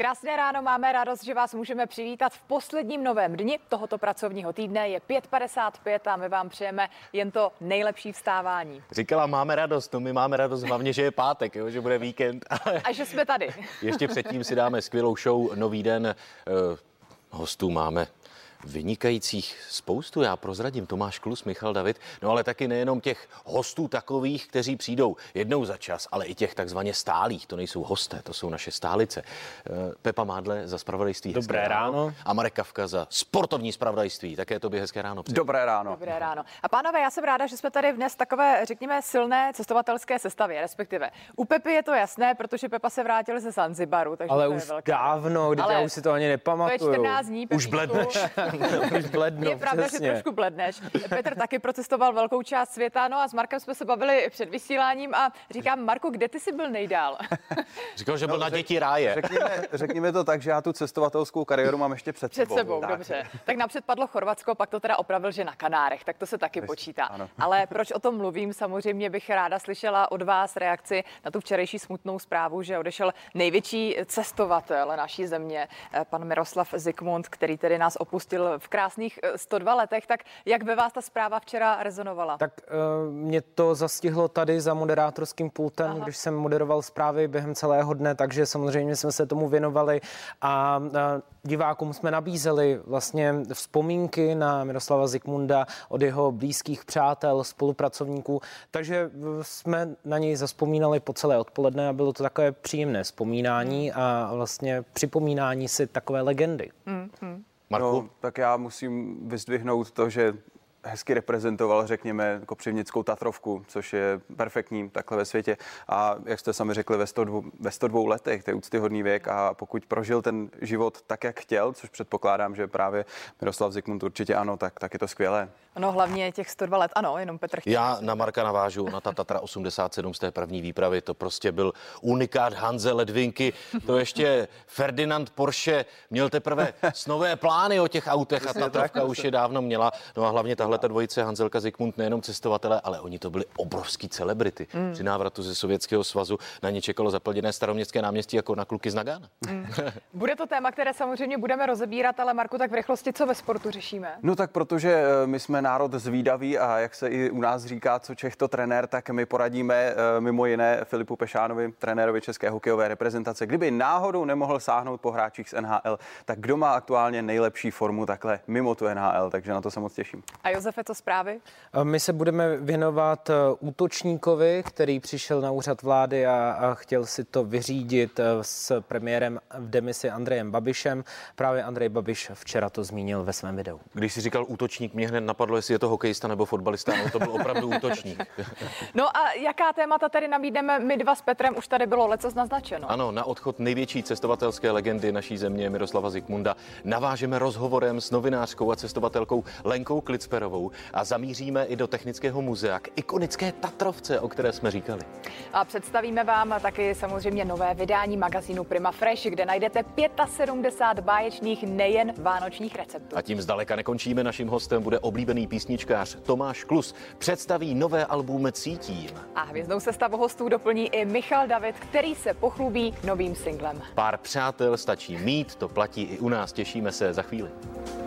Krásné ráno, máme radost, že vás můžeme přivítat v posledním novém dni tohoto pracovního týdne. Je 5:55 a my vám přejeme jen to nejlepší vstávání. Říkala, máme radost, no my máme radost hlavně, že je pátek, jo, že bude víkend. A že jsme tady. Ještě předtím si dáme skvělou show, nový den, hostů máme vynikajících spoustu, já prozradím, Tomáš Klus, Michal David, no ale taky nejenom těch hostů takových, kteří přijdou jednou za čas, ale i těch takzvaně stálých, to nejsou hosté, to jsou naše stálice. Pepa Mádle za zpravodajství. Dobré ráno. A Marek Kavka za sportovní zpravodajství, také tobě hezké ráno. Dobré ráno. Dobré ráno. A pánové, já jsem ráda, že jsme tady dnes takové, řekněme, silné cestovatelské sestavě, respektive. U Pepy je to jasné, protože Pepa se vrátil ze Zanzibaru, takže ale to je už velké. dávno, když já už si to ani nepamatuju. To je 14 dní, Už bledneš. Už blednu, je pravda, přesně. že trošku bledneš. Petr taky procestoval velkou část světa, no a s Markem jsme se bavili před vysíláním a říkám, Marku, kde ty jsi byl nejdál? Říkal, že byl na děti ráje. Řekněme to tak, že já tu cestovatelskou kariéru mám ještě před sebou. Tak. Dobře. Tak napřed padlo Chorvatsko, pak to teda opravil, že na Kanárech, tak to se taky počítá. Ano. Ale proč o tom mluvím? Samozřejmě bych ráda slyšela od vás reakci na tu včerejší smutnou zprávu, že odešel největší cestovatel naší země, pan Miroslav Zikmund, který tedy nás opustil v krásných 102 letech. Tak jak ve vás ta zpráva včera rezonovala? Tak mě to zastihlo tady za moderátorským pultem, když jsem moderoval zprávy během celého dne, takže samozřejmě jsme se tomu věnovali a divákům jsme nabízeli vlastně vzpomínky na Miroslava Zikmunda od jeho blízkých přátel, spolupracovníků, takže jsme na něj zavzpomínali po celé odpoledne a bylo to takové příjemné vzpomínání a vlastně připomínání si takové legendy. Marku? No, tak já musím vyzdvihnout to, že hezky reprezentoval, řekněme, Kopřivnickou Tatrovku, což je perfektní takhle ve světě. A jak jste sami řekli, ve 102 letech, to je úctyhodný věk a pokud prožil ten život tak, jak chtěl, což předpokládám, že právě Miroslav Zikmund určitě ano, tak je to skvělé. No hlavně těch 102 let, ano, jenom Petr. Já na Marka navážu, na ta Tatra 87 z té první výpravy, to prostě byl unikát Hanze Ledvinky, to ještě Ferdinand Porsche měl teprve snové plány o těch autech a Tatrovka už je dávno měla, no a hlavně tahle ta dvojice Hanzelka Zikmund nejenom cestovatele, ale oni to byli obrovský celebrity. Při návratu ze Sovětského svazu na ně čekalo zaplněné Staroměstské náměstí jako na kluky z Nagána. Bude to téma, které samozřejmě budeme rozebírat, ale Marku, tak v rychlosti, co ve sportu řešíme? No tak protože my jsme národ zvídavý a jak se i u nás říká, co Čech to trenér, tak my poradíme mimo jiné Filipu Pešánovi, trenérovi české hokejové reprezentace. Kdyby náhodou nemohl sáhnout po hráčích z NHL, tak kdo má aktuálně nejlepší formu takhle mimo tu NHL, takže na to se moc těším. A Josefe, co zprávy? My se budeme věnovat útočníkovi, který přišel na úřad vlády a chtěl si to vyřídit s premiérem v demisi Andrejem Babišem. Právě Andrej Babiš včera to zmínil ve svém videu. Když si říkal útočník, mě hned napadlo, jestli je to hokejista nebo fotbalista, no to byl opravdu útočník. No a jaká témata tady nabídneme my dva s Petrem? Už tady bylo lecos naznačeno. Ano, na odchod největší cestovatelské legendy naší země Miroslava Zikmunda navážeme rozhovorem s novinářkou a cestovatelkou Lenkou Klicperovou a zamíříme i do Technického muzea k ikonické Tatrovce, o které jsme říkali. A představíme vám taky samozřejmě nové vydání magazínu Prima Fresh, kde najdete 75 báječných nejen vánočních receptů. A tím zdaleka nekončíme. Naším hostem bude oblíbený písničkář Tomáš Klus. Představí nové album Cítím. A hvězdnou sestavu hostů doplní i Michal David, který se pochlubí novým singlem. Pár přátel stačí mít, to platí i u nás. Těšíme se za chvíli.